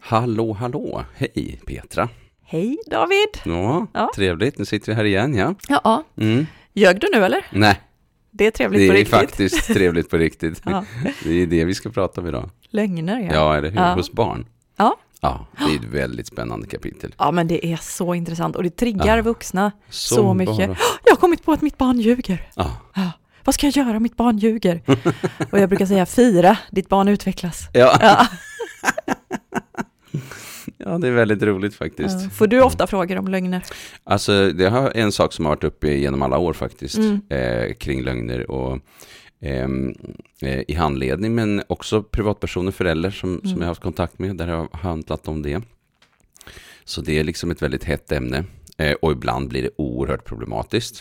Hallå, hallå. Hej Petra. Hej David. Ja, trevligt. Nu sitter vi här igen, ja. Ja. Ljög du nu eller? Nej. Det är trevligt på riktigt. Det är faktiskt trevligt på riktigt. Ja. Det är det vi ska prata om idag. Lögner, ja. Ja, eller hur? Ja. Hos barn. Ja. Ja, det är ett väldigt spännande kapitel. Ja, men det är så intressant. Och det triggar vuxna så Som mycket. bara. Jag har kommit på att mitt barn ljuger. Ja. Ja. Vad ska jag göra om mitt barn ljuger? Och jag brukar säga, fira, ditt barn utvecklas. Ja. Ja. Ja, det är väldigt roligt faktiskt. Ja. Får du ofta frågor om lögner? Alltså, det har en sak som har varit uppe genom alla år faktiskt. Kring lögner och i handledning, men också privatpersoner, föräldrar som jag har haft kontakt med, där jag har handlat om det. Så det är liksom ett väldigt hett ämne, och ibland blir det oerhört problematiskt.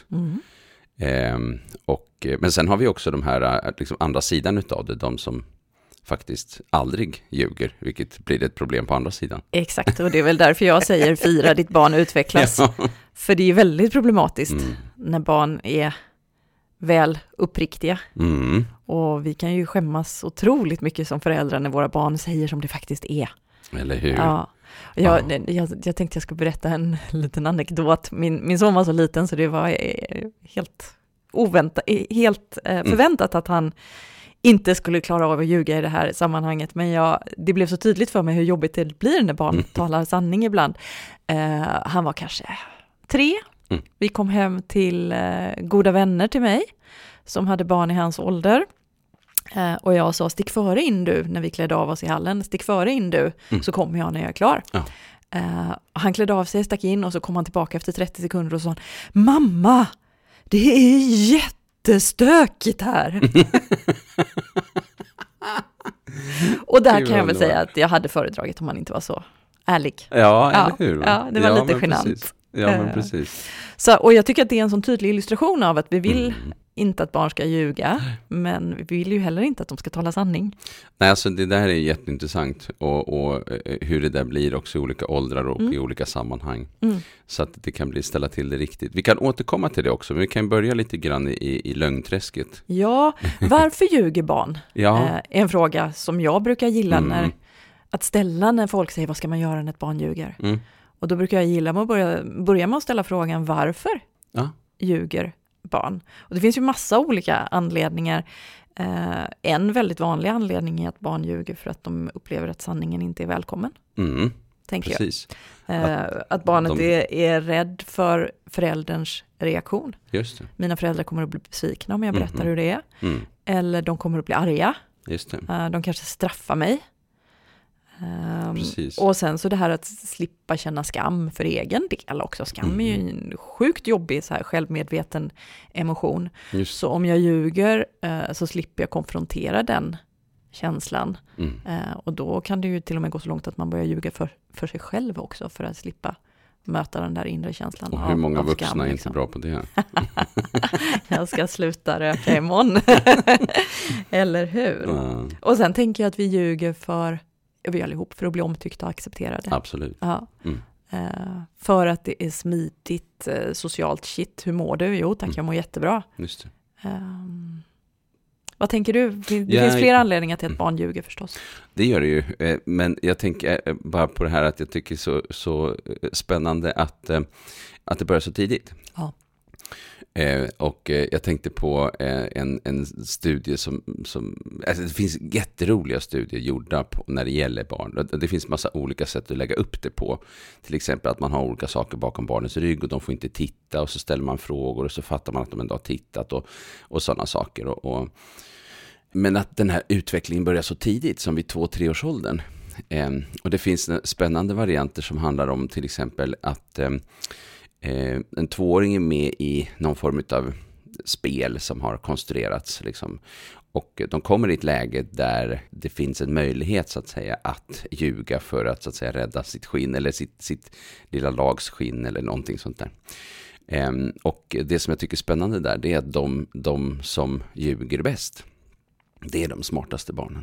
Men sen har vi också de här liksom andra sidan utav det, de som faktiskt aldrig ljuger, vilket blir ett problem på andra sidan. Exakt, och det är väl därför jag säger fira, ditt barn utvecklas. Ja. För det är väldigt problematiskt när barn är väl uppriktiga. Och vi kan ju skämmas otroligt mycket som föräldrar när våra barn säger som det faktiskt är. Eller hur? Ja. Jag tänkte jag skulle berätta en liten anekdot. Min son var så liten så det var helt förväntat att han inte skulle klara av att ljuga i det här sammanhanget. Men det blev så tydligt för mig hur jobbigt det blir när barn talar sanning ibland. Han var kanske 3. Vi kom hem till goda vänner till mig som hade barn i hans ålder. Och jag sa, stick före in du, när vi klädde av oss i hallen. Stick före in du, så kommer jag när jag är klar. Ja. Han klädde av sig, stack in och så kom han tillbaka efter 30 sekunder och sa, mamma, det är jättestökigt här. Och där kan jag väl säga att jag hade föredragit om han inte var så ärlig. Ja, eller hur? Ja, det var lite genant. Precis. Ja, men precis. Så, och jag tycker att det är en sån tydlig illustration av att vi vill inte att barn ska ljuga, men vi vill ju heller inte att de ska tala sanning. Nej, alltså det där är jätteintressant och hur det där blir också i olika åldrar och i olika sammanhang. Så att det kan ställa till det riktigt. Vi kan återkomma till det också, men vi kan börja lite grann i lögnträsket. Ja, varför ljuger barn? Ja. En fråga som jag brukar gilla att ställa när folk säger, vad ska man göra när ett barn ljuger? Och då brukar jag gilla med att börja med att ställa frågan, varför ljuger barn? Och det finns ju massa olika anledningar. En väldigt vanlig anledning är att barn ljuger för att de upplever att sanningen inte är välkommen. Tänker Precis. jag. Att barnet är rädd för förälderns reaktion. Just det. Mina föräldrar kommer att bli besvikna om jag berättar hur det är. Eller de kommer att bli arga. Just det. De kanske straffar mig. Precis. Och sen så det här att slippa känna skam för egen del också. Skam är ju en sjukt jobbig så här självmedveten emotion. Just. Så om jag ljuger så slipper jag konfrontera den känslan. Och då kan det ju till och med gå så långt att man börjar ljuga för sig själv också, för att slippa möta den där inre känslan. Och hur många vuxna skam, är liksom. inte bra på det? Jag ska sluta röka imorgon. Eller hur? Och sen tänker jag att vi ljuger vi allihop för att bli omtyckta och accepterade. Absolut. Ja. För att det är smidigt, socialt shit. Hur mår du? Jo tack, jag mår jättebra. Just det. Vad tänker du? Det finns flera anledningar till att barn ljuger förstås. Det gör det ju. Men jag tänker bara på det här att jag tycker så spännande att det börjar så tidigt. Ja. Och jag tänkte på en studie som alltså det finns jätteroliga studier gjorda när det gäller barn. Det finns massa olika sätt att lägga upp det på. Till exempel att man har olika saker bakom barnens rygg och de får inte titta, och så ställer man frågor och så fattar man att de ändå har tittat och sådana saker. Men att den här utvecklingen börjar så tidigt som vid 2-3 års åldern. Och det finns spännande varianter som handlar om till exempel att en 2-åring är med i någon form av spel som har konstruerats liksom. Och de kommer i ett läge där det finns en möjlighet så att säga att ljuga för att så att säga rädda sitt skinn eller sitt lilla lags skinn eller någonting sånt där. Och det som jag tycker är spännande där, det är att de som ljuger bäst, det är de smartaste barnen.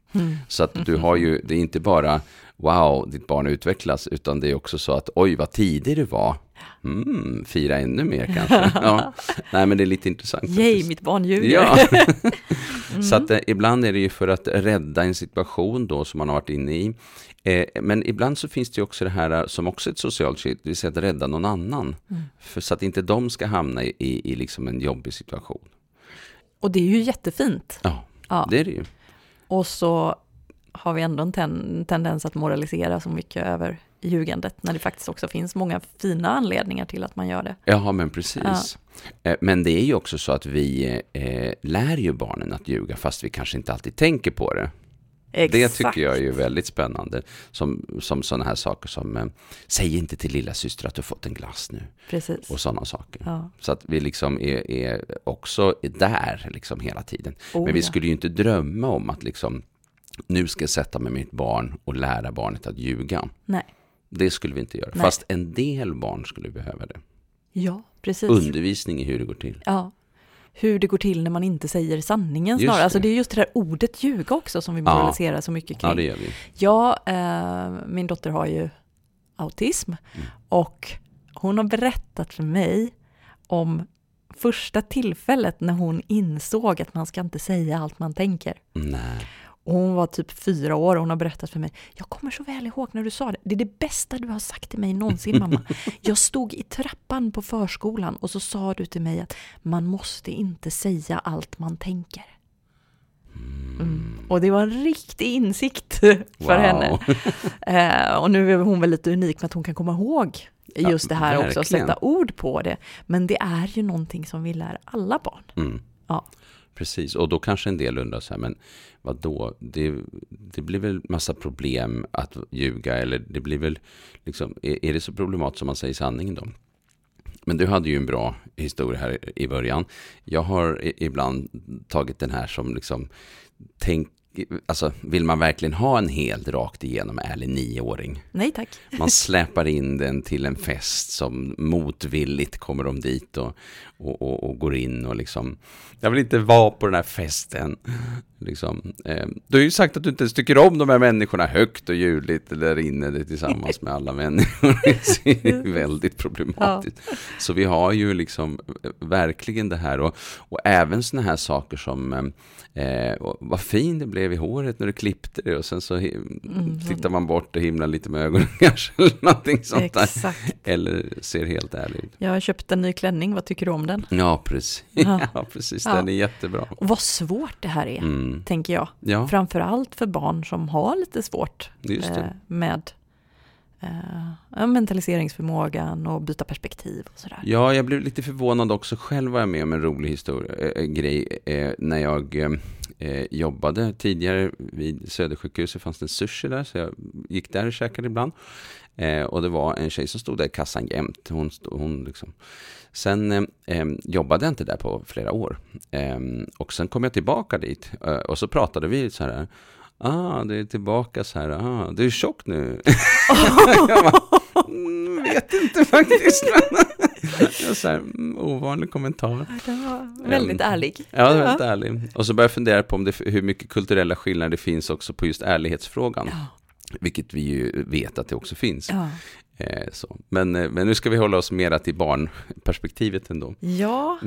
Så att du har ju, det är inte bara wow, ditt barn utvecklas, utan det är också så att oj, vad tidig du var. Fira ännu mer kanske. Ja. Nej, men det är lite intressant. Yay, mitt barn ljuger. Ja. Så att ibland är det ju för att rädda en situation då som man har varit inne i. Men ibland så finns det ju också det här som också är ett socialt skilt, det vill säga att rädda någon annan. För så att inte de ska hamna i liksom en jobbig situation. Och det är ju jättefint. Ja, det är det ju. Och så har vi ändå en tendens att moralisera så mycket över ljugandet, när det faktiskt också finns många fina anledningar till att man gör det. Ja, men precis. Ja. Men det är ju också så att vi lär ju barnen att ljuga, fast vi kanske inte alltid tänker på det. Exakt. Det tycker jag är ju väldigt spännande. Som sådana här saker som säg inte till lilla syster att du fått en glass nu. Precis. Och sådana saker. Ja. Så att vi liksom är också där liksom hela tiden. Men vi skulle ju inte drömma om att liksom nu ska jag sätta med mitt barn och lära barnet att ljuga. Nej. Det skulle vi inte göra. Nej. Fast en del barn skulle behöva det. Ja, precis. Undervisning i hur det går till. Ja. Hur det går till när man inte säger sanningen snarare. Alltså det är just det där ordet ljuga också som vi moraliserar så mycket kring. Ja, det gör vi. Ja, min dotter har ju autism och hon har berättat för mig om första tillfället när hon insåg att man ska inte säga allt man tänker. Nej. Och hon var typ 4 år och hon har berättat för mig, jag kommer så väl ihåg när du sa det. Det är det bästa du har sagt till mig någonsin, mamma. Jag stod i trappan på förskolan och så sa du till mig att man måste inte säga allt man tänker. Och det var en riktig insikt för henne. Och nu är hon väl lite unik med att hon kan komma ihåg just det här verkligen. också, sätta ord på det. Men det är ju någonting som vi lär alla barn. Ja. Precis, och då kanske en del undrar så här, men vadå? Det blir väl massa problem att ljuga, eller det blir väl liksom, är det så problematiskt som man säger sanningen då? Men du hade ju en bra historia här i början. Jag har ibland tagit den här som liksom, alltså vill man verkligen ha en helt rakt igenom ärlig 9-åring? Nej tack. Man släpar in den till en fest som motvilligt kommer de dit och går in och liksom, jag vill inte vara på den här festen. Liksom. Du har ju sagt att du inte ens tycker om de här människorna högt och ljudligt där inne tillsammans med alla människor. Det är väldigt problematiskt. Ja. Så vi har ju liksom verkligen det här och även såna här saker som vad fin det blev i håret när du klippte det och sen så tittar man bort och himlar lite med ögonen kanske eller någonting sånt där. Eller ser helt ärlig ut. Jag har köpt en ny klänning, vad tycker du om den? Ja, precis. Ja, precis. Den är jättebra. Och vad svårt det här är, tänker jag. Ja. Framförallt för barn som har lite svårt med mentaliseringsförmågan och byta perspektiv och sådär. Ja, jag blev lite förvånad också. Själv var jag med om en rolig grej när jag jobbade tidigare vid Södersjukhuset. Fanns det en sushi där, så jag gick där och käkade ibland. Och det var en tjej som stod där i kassan jämt. Hon liksom. Sen jobbade jag inte där på flera år. Och sen kom jag tillbaka dit. Och så pratade vi så här. Det är tillbaka så här. Du är tjock nu. Jag bara, vet inte faktiskt. Jag så här, ovanlig kommentar. Det var väldigt ärlig. Ja, det var väldigt ärlig. Och så började jag fundera på hur mycket kulturella skillnader det finns också på just ärlighetsfrågan. Ja. Vilket vi ju vet att det också finns. Ja. Så. Men nu ska vi hålla oss mera till barnperspektivet ändå. Ja,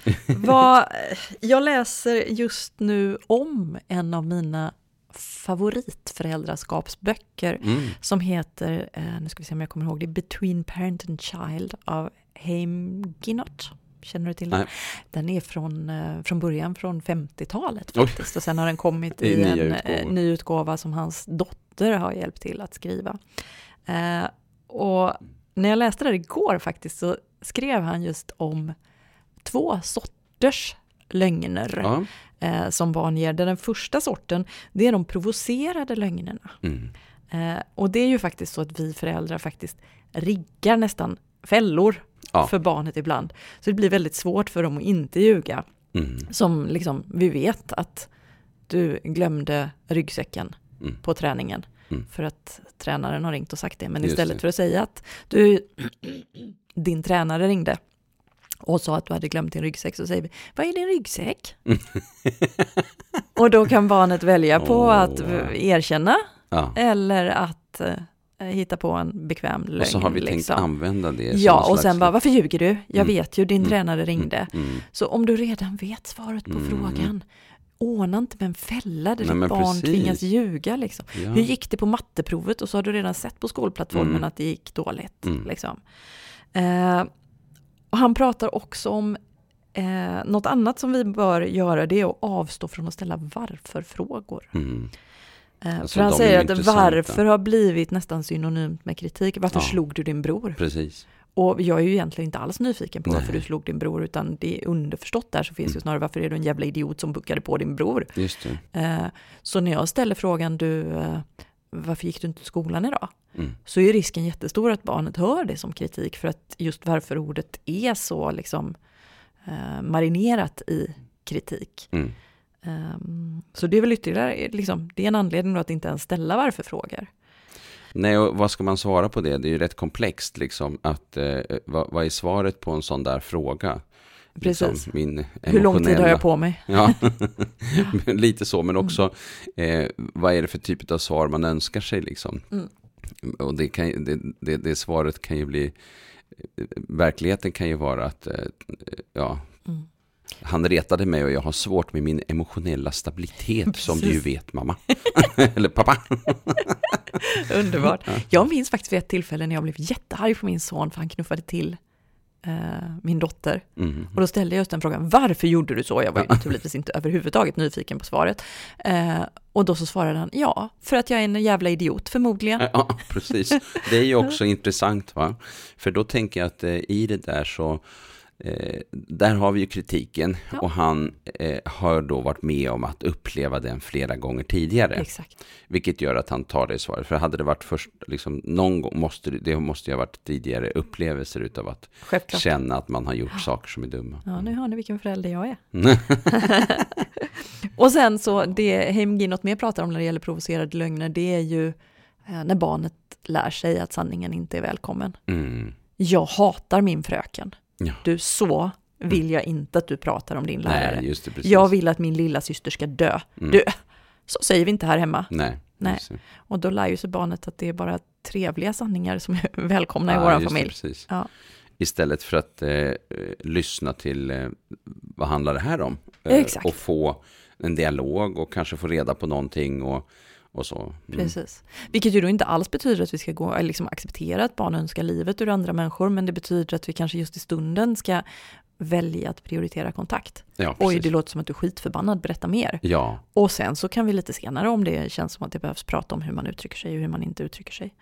jag läser just nu om en av mina favoritföräldraskapsböcker som heter, nu ska vi se om jag kommer ihåg det, Between Parent and Child av Haim Ginott. Känner du till den? Den är från början från 50-talet faktiskt. Och sen har den kommit i en ny utgåva som hans dotter har hjälpt till att skriva. Och när jag läste det igår faktiskt så skrev han just om 2 sorters lögner som barn ger. Den första sorten, det är de provocerade lögnerna. Och det är ju faktiskt så att vi föräldrar faktiskt riggar nästan fällor för barnet ibland. Så det blir väldigt svårt för dem att inte ljuga. Som liksom, vi vet att du glömde ryggsäcken på träningen. För att tränaren har ringt och sagt det. Men istället för att säga att din tränare ringde och sa att du hade glömt din ryggsäck, så säger vi, vad är din ryggsäck? Och då kan barnet välja på att erkänna eller att hitta på en bekväm lögn. Och så har vi tänkt använda det. Ja, och sen bara, varför ljuger du? Jag vet ju, din tränare ringde. Så om du redan vet svaret på frågan, ordna inte med en fälla där ditt barn tvingas ljuga. Liksom. Ja. Hur gick det på matteprovet? Och så har du redan sett på skolplattformen att det gick dåligt. Liksom. Och han pratar också om något annat som vi bör göra, det är att avstå från att ställa varför-frågor. För han säger att varför har blivit nästan synonymt med kritik. Varför slog du din bror? Precis. Och jag är ju egentligen inte alls nyfiken på varför du slog din bror, utan det är underförstått där, så finns ju snarare varför är du en jävla idiot som buckade på din bror. Just det. Så när jag ställer frågan, varför gick du inte till skolan idag? Så är risken jättestor att barnet hör det som kritik, för att just varför ordet är så liksom marinerat i kritik. Så det är väl ytterligare liksom, det är en anledning då att inte ens ställa varför-frågor. Nej, och vad ska man svara på det? Det är ju rätt komplext liksom, att vad är svaret på en sån där fråga? Precis. Liksom, min hur lång tid har jag på mig? Ja, lite så, men också vad är det för typ av svar man önskar sig liksom? Och det svaret kan ju bli, verkligheten kan ju vara att han retade mig och jag har svårt med min emotionella stabilitet, som du ju vet, mamma. Eller pappa. Underbart. Jag minns faktiskt vid ett tillfälle när jag blev jättearg på min son för han knuffade till min dotter. Och då ställde jag just den frågan, varför gjorde du så? Jag var ju naturligtvis inte överhuvudtaget nyfiken på svaret. Och då så svarade han, för att jag är en jävla idiot förmodligen. Ja, precis. Det är ju också intressant, va? För då tänker jag att i det där så där har vi ju kritiken, och han har då varit med om att uppleva den flera gånger tidigare. Exakt. Vilket gör att han tar det svaret. För hade det varit först, liksom, någon gång måste ju ha varit tidigare upplevelser utav att känna att man har gjort saker som är dumma. Ja, nu hör ni vilken förälder jag är. Och sen så, det Heimginot mer pratar om när det gäller provocerade lögner, det är ju när barnet lär sig att sanningen inte är välkommen. Jag hatar min fröken. Ja. Du, så vill jag inte att du pratar om din lärare. Nej, just det, precis. Jag vill att min lilla syster ska dö. Du, så säger vi inte här hemma. Nej. Och då lär ju sig barnet att det är bara trevliga sanningar som är välkomna i vår familj. Precis. Ja. Istället för att lyssna till vad handlar det här om? Exakt. Och få en dialog och kanske få reda på någonting och så. Precis. Vilket ju då inte alls betyder att vi ska gå liksom acceptera att barn önskar livet ur andra människor, men det betyder att vi kanske just i stunden ska välja att prioritera kontakt. Ja, oj, det låter som att du är skitförbannad, berätta mer. Ja. Och sen så kan vi lite senare, om det känns som att det behövs, prata om hur man uttrycker sig och hur man inte uttrycker sig.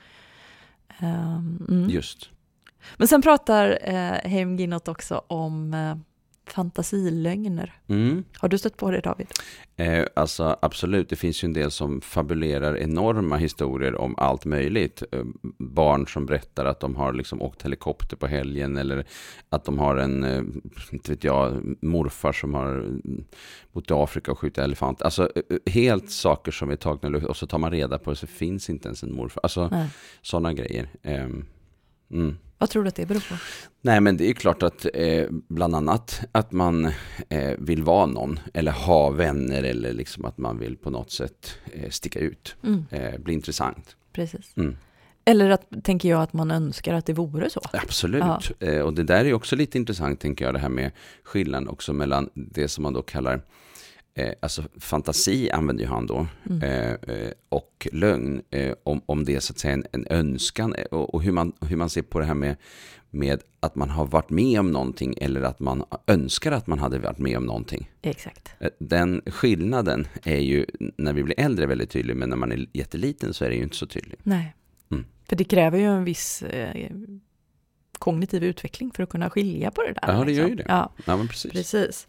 Just. Men sen pratar Heimginot också om fantasilögner. Har du stött på det, David? Alltså absolut, det finns ju en del som fabulerar enorma historier om allt möjligt. Barn som berättar att de har liksom åkt helikopter på helgen, eller att de har en, inte vet jag, morfar som har bott i Afrika och skjutit elefant. Alltså helt saker som är tagna, och så tar man reda på det, så finns inte ens en morfar. Alltså sådana grejer. Vad tror du att det beror på? Nej, men det är klart att bland annat att man vill vara någon eller ha vänner, eller liksom att man vill på något sätt sticka ut, bli intressant. Precis. Eller tänker jag att man önskar att det vore så. Absolut. Och det där är också lite intressant, tänker jag, det här med skillnaden också mellan det som man då kallar alltså fantasi, använder ju han då, och lögn, om det är så att säga en önskan, och hur man ser på det här med att man har varit med om någonting, eller att man önskar att man hade varit med om någonting. Exakt. Den skillnaden är ju, när vi blir äldre, väldigt tydlig, men när man är jätteliten så är det ju inte så tydligt. Nej, för det kräver ju en viss kognitiv utveckling för att kunna skilja på det där. Ja, det gör ju det. Ja, men precis.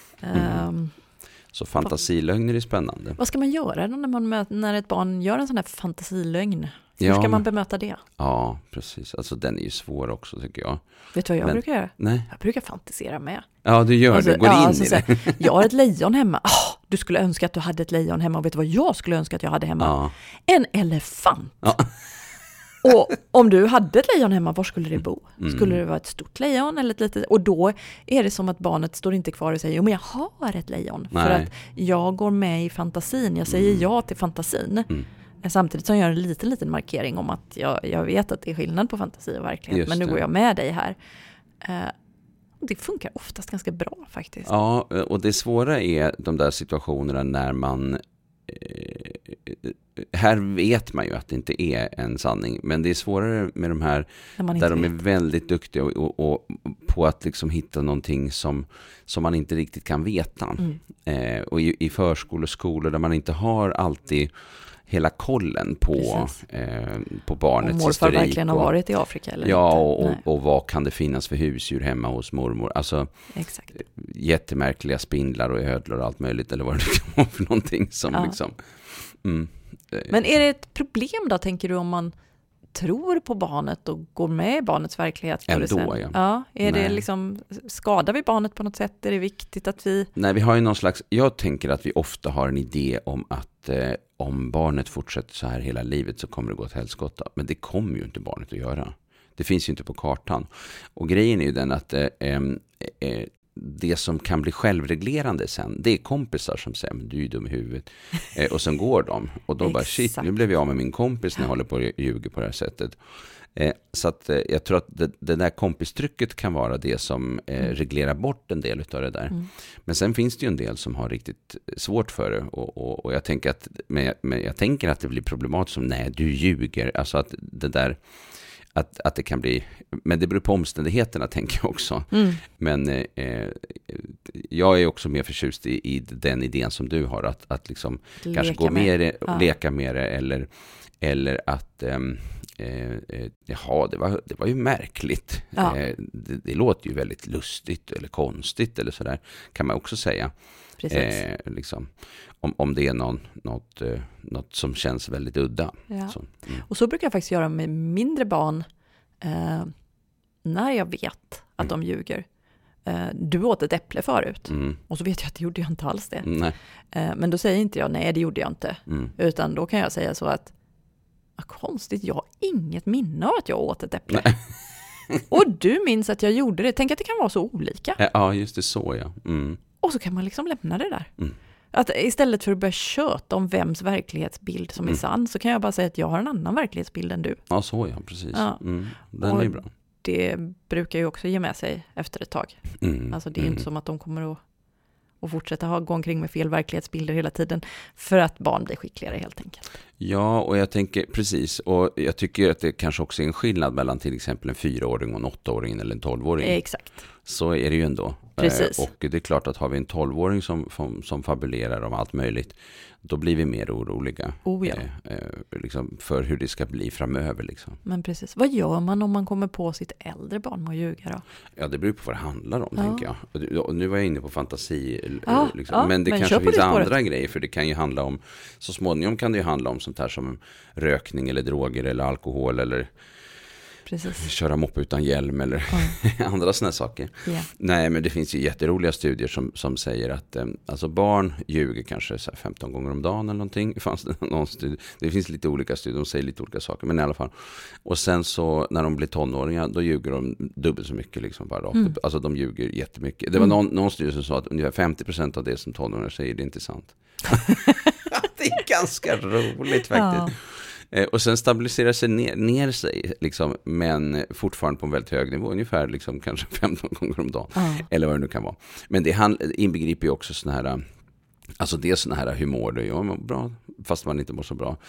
Så fantasilögner är spännande. Vad ska man göra då när ett barn gör en sån här fantasilögn? Hur ska man bemöta det? Ja, precis. Alltså den är ju svår också, tycker jag. Vet du vad jag brukar göra? Nej. Jag brukar fantisera med. Ja, du gör det. Går in i det. Jag har ett lejon hemma. Du skulle önska att du hade ett lejon hemma. Och vet du vad jag skulle önska att jag hade hemma? En elefant. Ja. Och om du hade ett lejon hemma, var skulle det bo? Skulle det vara ett stort lejon eller ett litet? Och då är det som att barnet står inte kvar och säger, jo men jag har ett lejon. Nej. För att jag går med i fantasin, jag säger ja till fantasin. Samtidigt som jag gör en liten markering om att jag vet att det är skillnad på fantasi och verklighet. Just men nu det. går jag med dig här. Det funkar oftast ganska bra faktiskt. Ja, och det svåra är de där situationerna när man här vet man ju att det inte är en sanning, men det är svårare med de här där de är väldigt duktiga och på att liksom hitta någonting som man inte riktigt kan veta. Och i förskolor och skolor där man inte har alltid hela kollen på barnets historik. Morfar verkligen har varit i Afrika eller inte. Och vad kan det finnas för husdjur hemma hos mormor? Alltså exakt. Jättemärkliga spindlar och ödlor och allt möjligt, eller vad det kan vara för någonting som liksom... Men är det ett problem då, tänker du, om man tror på barnet och går med i barnets verklighet? Ändå, ja. Är det liksom, skadar vi barnet på något sätt? Är det viktigt att vi... Nej, vi har ju någon slags... Jag tänker att vi ofta har en idé om att om barnet fortsätter så här hela livet så kommer det gå åt helskotta. Men det kommer ju inte barnet att göra. Det finns ju inte på kartan. Och grejen är ju den att det som kan bli självreglerande sen, det är kompisar som säger, men du är ju dum i huvudet. Och sen går de. Och då bara, shit, nu blev jag av med min kompis när jag håller på och ljuger på det här sättet. Så att jag tror att det där kompistrycket kan vara det som reglerar bort en del av det där. Men sen finns det ju en del som har riktigt svårt för det. Och jag tänker att, men jag tänker att det blir problematiskt som, nej, du ljuger. Alltså att det där... Att det kan bli, men det beror på omständigheterna, tänker jag också. Men jag är också mer förtjust i den idén som du har, att liksom kanske gå med och leka med det, eller att det var ju märkligt. Det låter ju väldigt lustigt eller konstigt eller sådär, kan man också säga. Liksom, om det är något som känns väldigt udda. Och så brukar jag faktiskt göra med mindre barn när jag vet att de ljuger. Du åt ett äpple förut och så vet jag att det gjorde jag inte alls det. Men då säger inte jag, nej det gjorde jag inte. Utan då kan jag säga så att, konstigt, jag har inget minne av att jag åt ett äpple. Och du minns att jag gjorde det. Tänk att det kan vara så olika. Ja, just det, så ja. Och så kan man liksom lämna det där. Att istället för att börja köta om vems verklighetsbild som är sann, så kan jag bara säga att jag har en annan verklighetsbild än du. Ja, så ja, precis. Den är ju bra. Det brukar ju också ge med sig efter ett tag. Alltså det är inte som att de kommer att fortsätta gå omkring med fel verklighetsbilder hela tiden, för att barn blir skickligare helt enkelt. Ja, och jag tänker, precis, och jag tycker att det kanske också är en skillnad mellan till exempel en 4-åring och en 8-åring eller en 12-åring. Exakt. Så är det ju ändå. Precis. Och det är klart att har vi en 12-åring som fabulerar om allt möjligt, då blir vi mer oroliga liksom för hur det ska bli framöver. Liksom. Men precis. Vad gör man om man kommer på sitt äldre barn med att ljuga då? Ja, det beror på vad det handlar om, tänker jag. Och nu var jag inne på fantasi. Men det men kanske finns andra grejer, för det kan ju handla om, så småningom kan det ju handla om sånt här som rökning eller droger eller alkohol eller köra moppe utan hjälm eller andra såna saker. Nej, men det finns ju jätteroliga studier som säger att alltså barn ljuger kanske så här 15 gånger om dagen eller någonting. Det finns lite olika studier, de säger lite olika saker, men i alla fall. Och sen så när de blir tonåringar, då ljuger de dubbelt så mycket liksom bara rakt. Alltså de ljuger jättemycket. Det var någon studie som sa att ungefär 50% av det som tonåringar säger, det är inte sant. Det är ganska roligt faktiskt. Och sen stabiliserar sig ner sig liksom, men fortfarande på en väldigt hög nivå, ungefär liksom, kanske 15 gånger om dagen eller vad det nu kan vara. Men det inbegriper ju också såna här, alltså det är såna här humor, det är bra fast man inte mår så bra,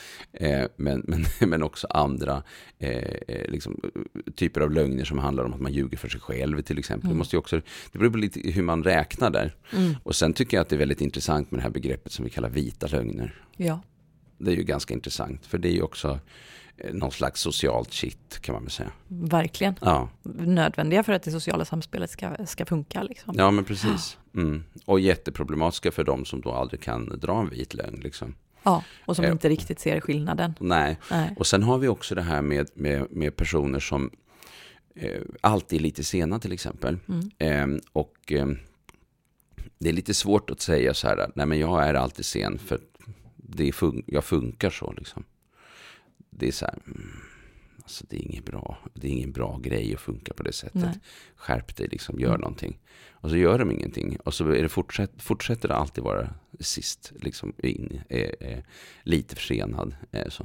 men också andra liksom, typer av lögner som handlar om att man ljuger för sig själv till exempel. Det beror på lite hur man räknar där. Och sen tycker jag att det är väldigt intressant med det här begreppet som vi kallar vita lögner. Ja. Det är ju ganska intressant, för det är ju också någon slags socialt shit, kan man väl säga. Verkligen. Ja. Nödvändiga för att det sociala samspelet ska funka. Liksom. Ja, men precis. Och jätteproblematiska för dem som då aldrig kan dra en vit lögn. Liksom. Ja, och som inte riktigt ser skillnaden. Nej. Och sen har vi också det här med personer som alltid är lite sena till exempel. Det är lite svårt att säga så här, nej men jag är alltid sen för jag funkar så liksom. Det är så här, alltså det är ingen bra grej att funka på det sättet. Nej. Skärp dig, liksom, gör någonting. Och så gör de ingenting. Och så är det fortsätter det alltid vara sist, liksom, lite försenad. Så.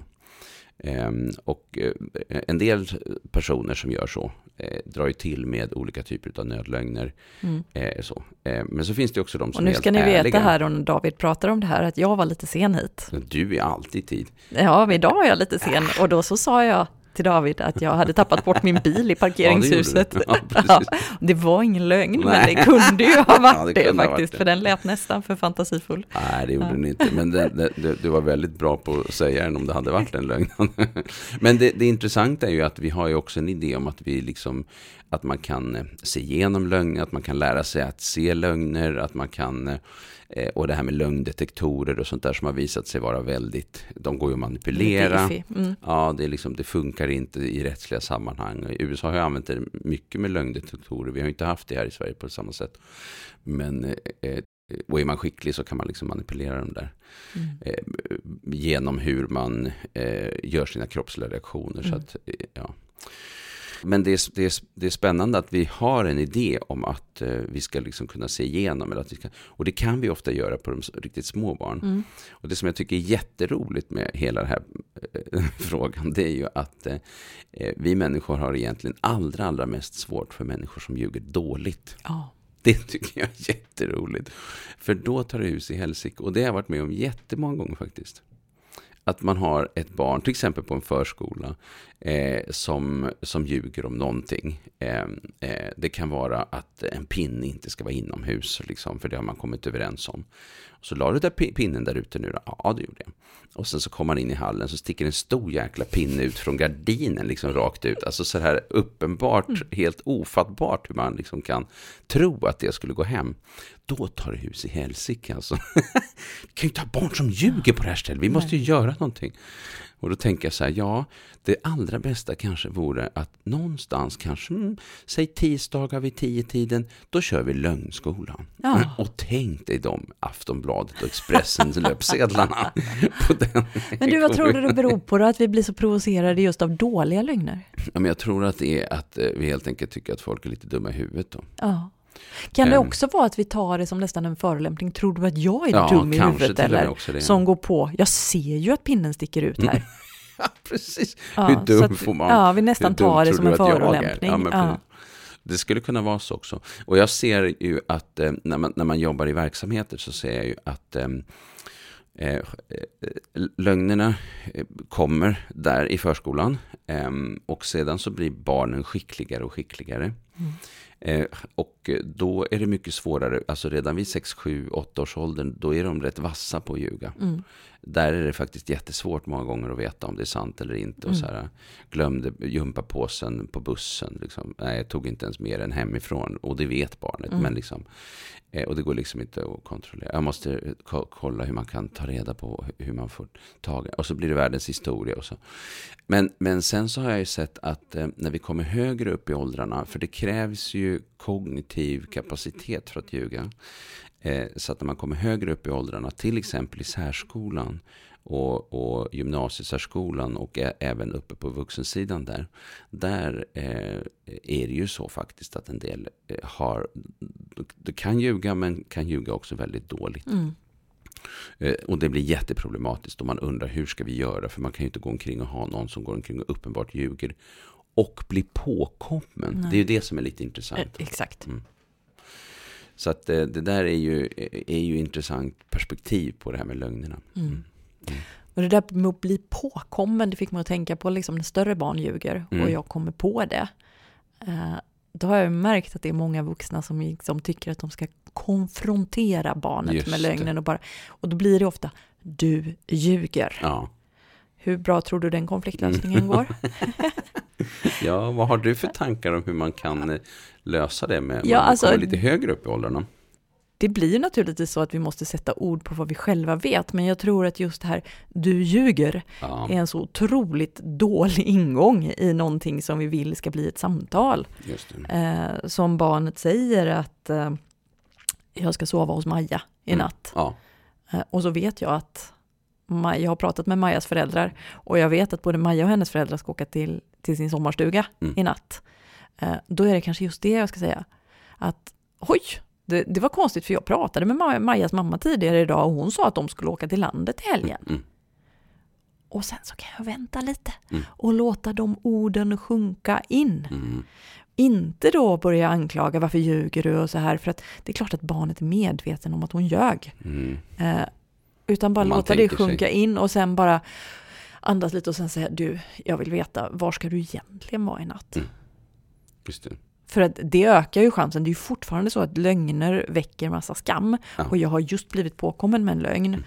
Och en del personer som gör så drar ju till med olika typer av nödlögner. Så. Men så finns det också de som är helt ärliga. Och nu ska ni veta här, när David pratar om det här, att jag var lite sen hit. Du är alltid i tid. Ja, men idag var jag lite sen. Och då så sa jag till David att jag hade tappat bort min bil i parkeringshuset. Ja, det var ingen lögn, men det kunde ju ha varit det faktiskt. Varit det. För den lät nästan för fantasifull. Nej, det gjorde den inte. Men du var väldigt bra på att säga den om det hade varit en lögn. Men det intressanta är ju att vi har ju också en idé om att vi liksom, att man kan se igenom lögner, att man kan lära sig att se lögner, att man kan, och det här med lögndetektorer och sånt där som har visat sig vara väldigt, de går ju att manipulera. Ja, det är liksom, det funkar inte i rättsliga sammanhang. I USA har jag använt det mycket med lögndetektorer. Vi har inte haft det här i Sverige på samma sätt. Men och är man skicklig så kan man liksom manipulera dem där. Genom hur man gör sina kroppsliga reaktioner. Så att, ja. Men det är spännande att vi har en idé om att vi ska liksom kunna se igenom. Eller att och det kan vi ofta göra på de riktigt små barn. Och det som jag tycker är jätteroligt med hela den här frågan, det är ju att vi människor har egentligen allra mest svårt för människor som ljuger dåligt. Ja. Det tycker jag är jätteroligt. För då tar det hus i helsike. Och det har jag varit med om jättemånga gånger faktiskt. Att man har ett barn, till exempel på en förskola, som ljuger om någonting. Det kan vara att en pinne inte ska vara inomhus, liksom, för det har man kommit överens om. Så la du där pinnen där ute nu då? Ja, det gjorde jag. Och sen så kommer man in i hallen, så sticker en stor jäkla pinne ut från gardinen, liksom rakt ut. Alltså så här uppenbart, helt ofattbart hur man liksom kan tro att det skulle gå hem. Då tar det hus i helsike alltså. Vi kan ju inte ha barn som ljuger på det här stället. Vi måste ju göra någonting. Och då tänker jag så här, ja, det allra bästa kanske vore att någonstans kanske, säg tisdagar vid 10-tiden, då kör vi lögnskolan. Ja. Och tänk dig de Aftonbladet och Expressens löpsedlarna på den. Men du, vad tror du det beror på då, att vi blir så provocerade just av dåliga lögner? Ja, men jag tror att det är att vi helt enkelt tycker att folk är lite dumma i huvudet då. Ja. Kan det också vara att vi tar det som nästan en förolämpning? Tror du att jag är dum i huvudet eller? Som går på, jag ser ju att pinnen sticker ut här. Ja, precis. Ja, hur dum får man? Ja, vi nästan tar det som en förolämpning. Ja, men det skulle kunna vara så också. Och jag ser ju att när man jobbar i verksamheter så ser jag ju att lögnerna kommer där i förskolan och sedan så blir barnen skickligare och skickligare. Och då är det mycket svårare, alltså redan vid 6, 7, 8 års åldern, då är de rätt vassa på att ljuga. Där är det faktiskt jättesvårt många gånger att veta om det är sant eller inte. Och så här, glömde gympapåsen på bussen. Liksom. Nej, jag tog inte ens mer än hemifrån. Och det vet barnet. Men liksom, och det går liksom inte att kontrollera. Jag måste kolla hur man kan ta reda på hur man får tag. Och så blir det världens historia. Och så. Men sen så har jag ju sett att när vi kommer högre upp i åldrarna, för det krävs ju kognitiv kapacitet för att ljuga. Så att när man kommer högre upp i åldrarna, till exempel i särskolan och gymnasiesärskolan och även uppe på vuxensidan där är det ju så faktiskt att en del kan ljuga, men kan ljuga också väldigt dåligt. Och det blir jätteproblematiskt om man undrar hur ska vi göra, för man kan ju inte gå omkring och ha någon som går omkring och uppenbart ljuger och blir påkommen. Nej. Det är ju det som är lite intressant. Exakt. Så att det där är ju intressant perspektiv på det här med lögnerna. Och det där med att bli påkommen, det fick man att tänka på liksom när större barn ljuger och jag kommer på det. Då har jag märkt att det är många vuxna som tycker att de ska konfrontera barnet med lögnen och då blir det ofta, du ljuger. Ja. Hur bra tror du den konfliktlösningen går? Ja, vad har du för tankar om hur man kan lösa det med man kommer lite högre upp i åldrarna? Det blir ju naturligtvis så att vi måste sätta ord på vad vi själva vet, men jag tror att just det här, du ljuger, är en så otroligt dålig ingång i någonting som vi vill ska bli ett samtal. Just det. Som barnet säger att jag ska sova hos Maja i natt. Ja. Och så vet jag att jag har pratat med Majas föräldrar och jag vet att både Maja och hennes föräldrar ska åka till sin sommarstuga i natt. Då är det kanske just det jag ska säga. Att det var konstigt för jag pratade med Majas mamma tidigare idag och hon sa att de skulle åka till landet i helgen. Och sen så kan jag vänta lite och låta de orden sjunka in. Inte då börja anklaga varför ljuger du och så här, för att det är klart att barnet är medveten om att hon ljög. Utan bara låta det sjunka in och sen bara andas lite och sen säga, du, jag vill veta, var ska du egentligen vara i natt? Just det. För att det ökar ju chansen. Det är ju fortfarande så att lögner väcker massa skam. Och jag har just blivit påkommen med en lögn.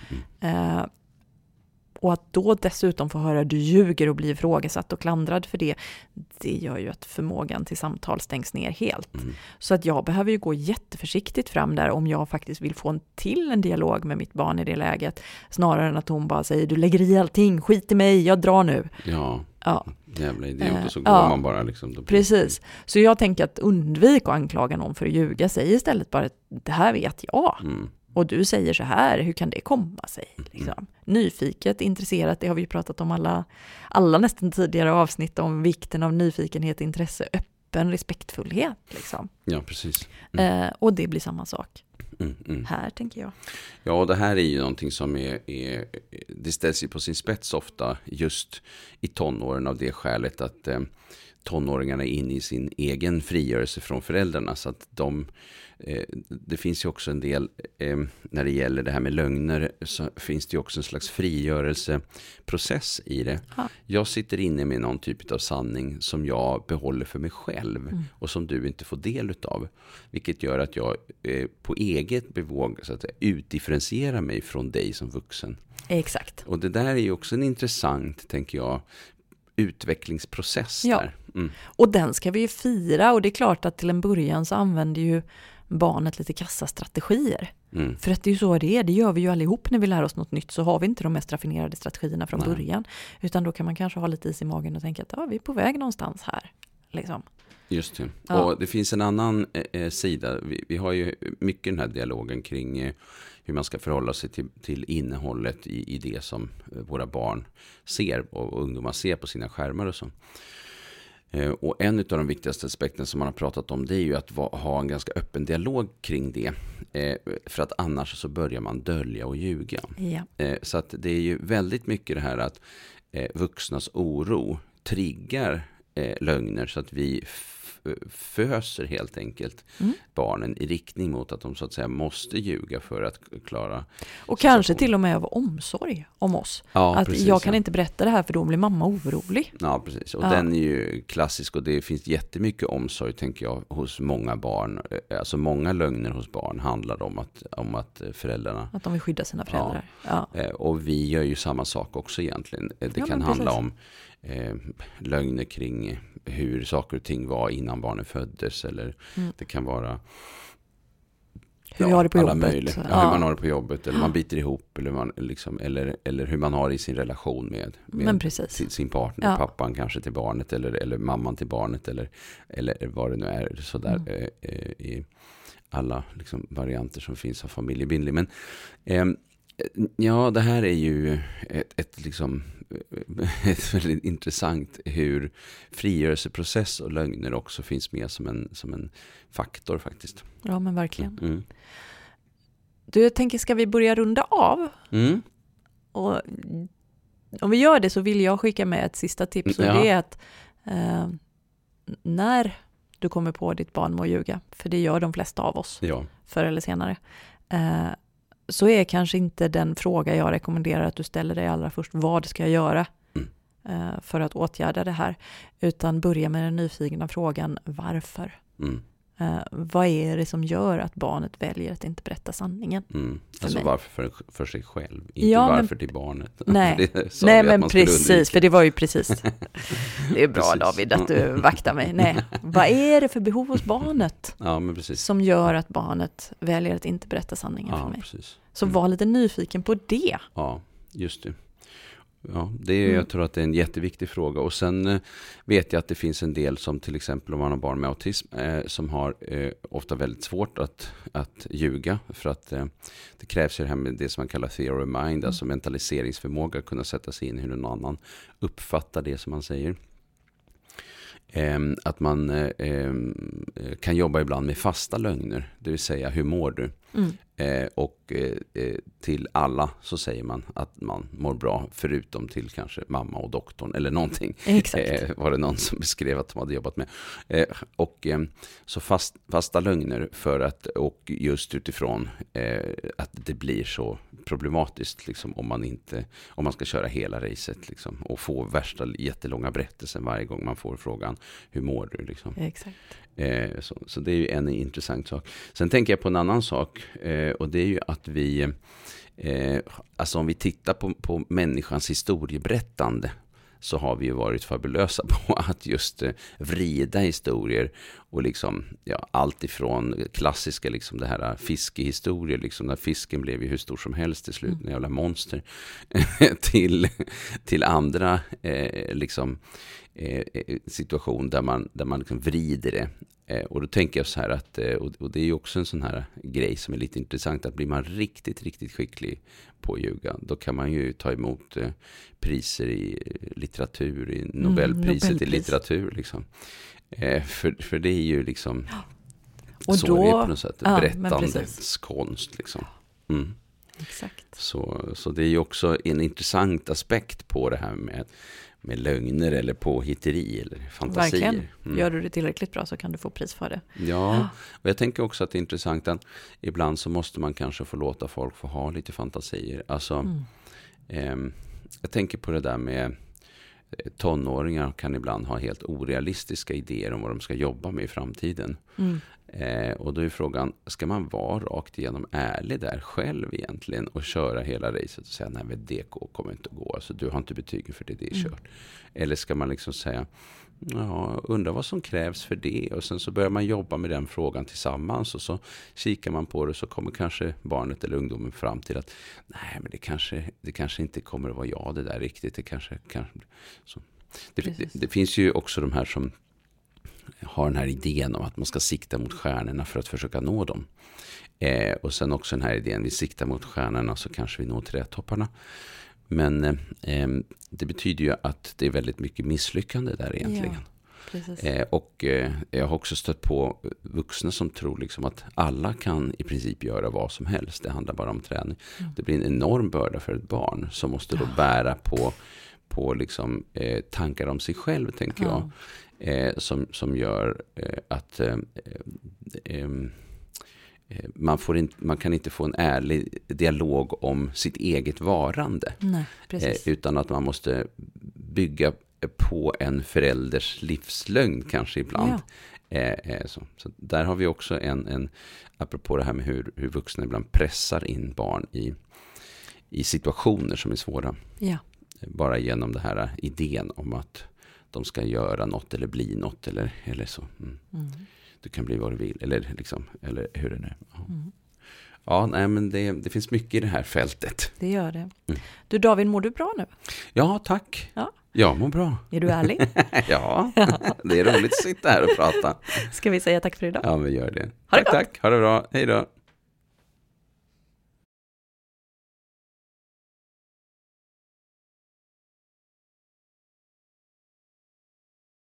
Och att då dessutom få höra du ljuger och bli ifrågasatt och klandrad för det gör ju att förmågan till samtal stängs ner helt. Så att jag behöver ju gå jätteförsiktigt fram där om jag faktiskt vill få en dialog med mitt barn i det läget. Snarare än att hon bara säger, du lägger i allting, skit i mig, jag drar nu. Ja. Jävla idiot och så går man bara liksom. Precis. Så jag tänker att undvik att anklaga någon för att ljuga. Säg istället bara, det här vet jag. Och du säger så här, hur kan det komma sig? Liksom. Nyfiket, intresserat, det har vi pratat om alla nästan tidigare avsnitt om vikten av nyfikenhet, intresse, öppen respektfullhet. Liksom. Ja, precis. Och det blir samma sak. Här tänker jag. Ja, och det här är ju någonting som det ställs ju på sin spets ofta just i tonåren av det skälet att tonåringarna är inne i sin egen frigörelse från föräldrarna, så att det finns ju också en del när det gäller det här med lögner, så finns det ju också en slags frigörelseprocess i det. Jag sitter inne med någon typ av sanning som jag behåller för mig själv och som du inte får del utav, vilket gör att jag på eget bevåg så att utdifferentiera mig från dig som vuxen. Exakt. Och det där är ju också en intressant, tänker jag, utvecklingsprocess där. Och den ska vi ju fira, och det är klart att till en början så använder ju barnet lite kassastrategier. För att det är ju så det gör vi ju allihop när vi lär oss något nytt, så har vi inte de mest raffinerade strategierna från början, utan då kan man kanske ha lite is i magen och tänka att vi är på väg någonstans här. Liksom. Just det. Och det finns en annan sida. Vi har ju mycket den här dialogen kring hur man ska förhålla sig till innehållet i det som våra barn ser och ungdomar ser på sina skärmar och så. Och en av de viktigaste aspekterna som man har pratat om, det är ju att ha en ganska öppen dialog kring det. För att annars så börjar man dölja och ljuga. Så att det är ju väldigt mycket det här att vuxnas oro triggar lögner, så att vi föser helt enkelt barnen i riktning mot att de så att säga måste ljuga för att klara. Och kanske till och med av omsorg om oss. Att precis, jag kan inte berätta det här för då blir mamma orolig. Ja, precis. Och den är ju klassisk, och det finns jättemycket omsorg, tänker jag, hos många barn. Alltså många lögner hos barn handlar om att föräldrarna... Att de vill skydda sina föräldrar. Och vi gör ju samma sak också egentligen. Det kan handla om lögner kring hur saker och ting var innan barnen föddes, eller det kan vara hur vi har det på alla jobbet. Hur man har det på jobbet, eller man biter ihop, eller, eller hur man har det i sin relation med sin partner, pappan kanske till barnet, eller mamman till barnet, eller vad det nu är, sådär i alla liksom varianter som finns av familjebindning. Men det här är ju ett väldigt intressant hur frigörelseprocess och lögner också finns med som en faktor faktiskt. Ja, men verkligen. Du, jag tänker, ska vi börja runda av? Och om vi gör det så vill jag skicka med ett sista tips, och det är att när du kommer på ditt barn må ljuga, för det gör de flesta av oss förr eller senare, så är kanske inte den fråga jag rekommenderar att du ställer dig allra först, vad ska jag göra för att åtgärda det här, utan börja med den nyfikna frågan, varför? Vad är det som gör att barnet väljer att inte berätta sanningen? Alltså varför för sig själv, inte varför till barnet. Nej, men precis, för det var ju precis. Det är bra David att du vaktar mig. Nej, vad är det för behov hos barnet som gör att barnet väljer att inte berätta sanningen för mig? Precis. Så var lite nyfiken på det. Ja, just det. Ja, jag tror att det är en jätteviktig fråga. Och sen vet jag att det finns en del som till exempel om man har barn med autism som har ofta väldigt svårt att ljuga. För att det krävs ju det här med det som man kallar theory of mind, alltså mentaliseringsförmåga, att kunna sätta sig in i hur någon annan uppfattar det som man säger. Att man kan jobba ibland med fasta lögner, det vill säga hur mår du? Och till alla så säger man att man mår bra, förutom till kanske mamma och doktorn eller någonting. Exakt. Var det någon som beskrev att de hade jobbat med. Så fasta lögner för att, och just utifrån att det blir så problematiskt liksom, om man ska köra hela racet liksom, och få värsta jättelånga berättelsen varje gång man får frågan hur mår du liksom. Exakt. Så det är ju en intressant sak. Sen tänker jag på en annan sak, och det är ju att vi alltså om vi tittar på människans historieberättande, så har vi ju varit fabulösa på att just vrida historier och liksom, allt ifrån klassiska liksom det här fiskehistorier liksom, där fisken blev ju hur stor som helst till slut, en jävla monster, till andra liksom situation där man liksom vrider det. Och då tänker jag så här att, och det är ju också en sån här grej som är lite intressant, att blir man riktigt, riktigt skicklig på att ljuga, då kan man ju ta emot priser i litteratur, i Nobelpriset i litteratur liksom. För det är ju liksom och så då, det är på något sätt berättandets konst liksom. Exakt. Så det är ju också en intressant aspekt på det här med lögner eller påhitteri eller fantasier. Verkligen. Gör du det tillräckligt bra så kan du få pris för det. Ja, och jag tänker också att det är intressant att ibland så måste man kanske få låta folk få ha lite fantasier. Alltså, jag tänker på det där med tonåringar kan ibland ha helt orealistiska idéer om vad de ska jobba med i framtiden. Och då är frågan, ska man vara rakt igenom ärlig där själv egentligen och köra hela racet och säga, nej men det kommer inte att gå, alltså du har inte betygen för det är kört. Eller ska man liksom säga, ja, undrar vad som krävs för det, och sen så börjar man jobba med den frågan tillsammans, och så kikar man på det, så kommer kanske barnet eller ungdomen fram till att nej men det kanske inte kommer att vara jag det där riktigt, det kanske så. Det finns ju också de här som har den här idén om att man ska sikta mot stjärnorna för att försöka nå dem. Och sen också den här idén, vi siktar mot stjärnorna så kanske vi når trädtopparna. Men det betyder ju att det är väldigt mycket misslyckande där egentligen. Ja, och jag har också stött på vuxna som tror liksom att alla kan i princip göra vad som helst. Det handlar bara om träning. Det blir en enorm börda för ett barn som måste då bära på liksom, tankar om sig själv, tänker jag. Som gör att man kan inte få en ärlig dialog om sitt eget varande. Nej, utan att man måste bygga på en förälders livslögn kanske ibland. Så där har vi också apropå det här med hur vuxna ibland pressar in barn i situationer som är svåra. Ja. Bara genom det här idén om att de ska göra något eller bli något eller så. Du kan bli vad du vill eller hur det nu är. Ja, nej, men det finns mycket i det här fältet. Det gör det. Du David, mår du bra nu? Ja, tack. Ja. Jag mår bra. Är du ärlig? Ja, det är roligt att sitta här och prata. Ska vi säga tack för idag? Ja, vi gör det. Ha det gott. Tack. Ha det bra. Hej då.